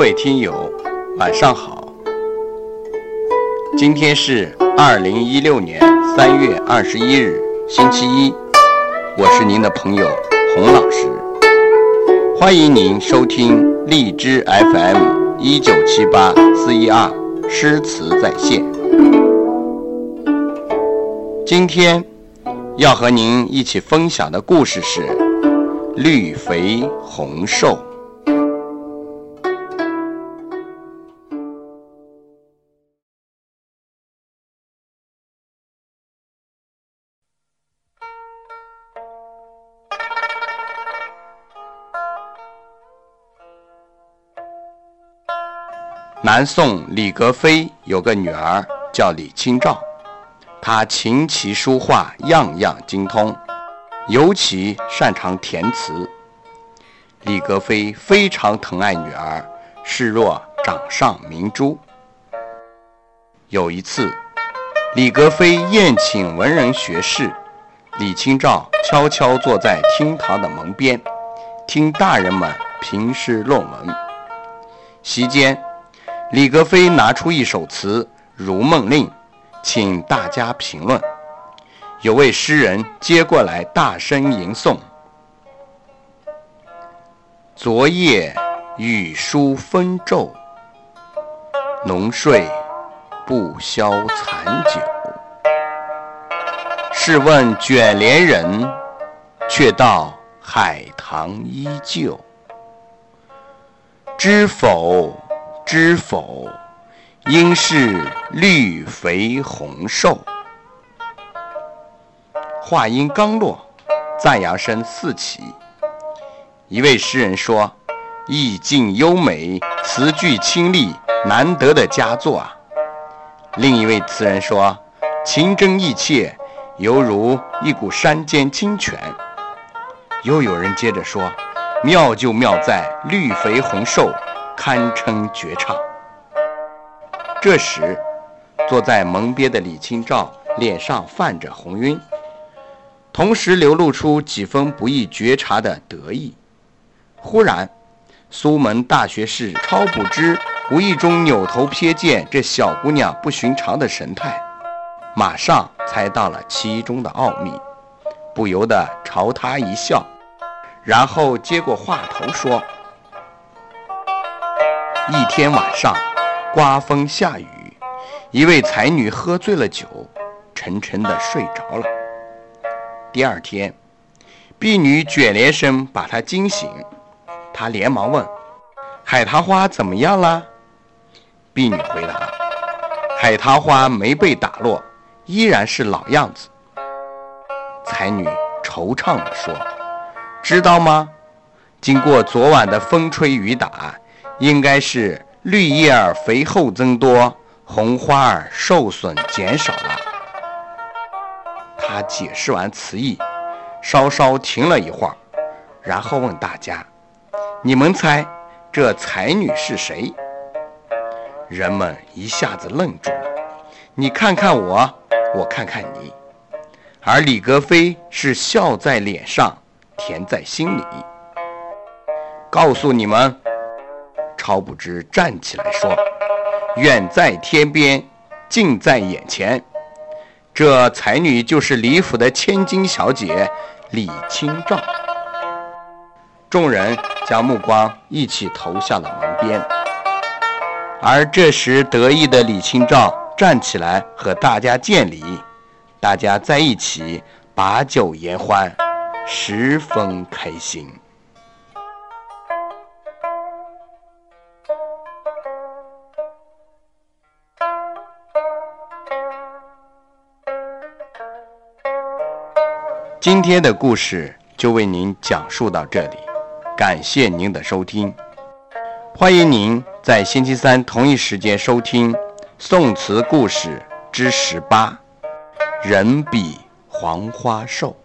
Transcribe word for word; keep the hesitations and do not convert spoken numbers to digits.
位听友晚上好，今天是二零一六年三月二十一日星期一，我是您的朋友洪老师，欢迎您收听荔枝 F M 一九七八四一二诗词在线。今天要和您一起分享的故事是绿肥红瘦。南宋李格非有个女儿叫李清照，她琴棋书画样样精通，尤其擅长填词。李格非非常疼爱女儿，视若掌上明珠。有一次，李格非宴请文人学士，李清照悄悄坐在厅堂的门边，听大人们评诗论文。席间，李格非拿出一首词《如梦令》，请大家评论。有位诗人接过来大声吟诵：昨夜雨疏风骤，浓睡不消残酒。试问卷帘人，却道海棠依旧。知否知否，应是绿肥红瘦。话音刚落，赞扬声四起。一位诗人说：意境优美，词句清丽，难得的佳作啊。另一位词人说：情真意切，犹如一股山间清泉。又有人接着说：妙就妙在绿肥红瘦，堪称绝唱。这时，坐在门边的李清照脸上泛着红晕，同时流露出几分不易觉察的得意。忽然，苏门大学士超卜之无意中扭头瞥见这小姑娘不寻常的神态，马上猜到了其中的奥秘，不由得朝她一笑，然后接过话头说：一天晚上，刮风下雨，一位才女喝醉了酒，沉沉地睡着了。第二天，婢女卷帘声把她惊醒，她连忙问：海棠花怎么样了？婢女回答：海棠花没被打落，依然是老样子。才女惆怅地说：知道吗？经过昨晚的风吹雨打，应该是绿叶儿肥厚增多，红花儿受损减少了。他解释完词意，稍稍停了一会儿，然后问大家：你们猜这才女是谁？人们一下子愣住了，你看看我，我看看你。而李格非是笑在脸上，甜在心里。告诉你们，超卜之站起来说：远在天边，近在眼前，这才女就是李府的千金小姐李清照。众人将目光一起投向了门边，而这时得意的李清照站起来和大家见礼，大家在一起把酒言欢，十分开心。今天的故事就为您讲述到这里，感谢您的收听。欢迎您在星期三同一时间收听宋词故事之十八，人比黄花瘦。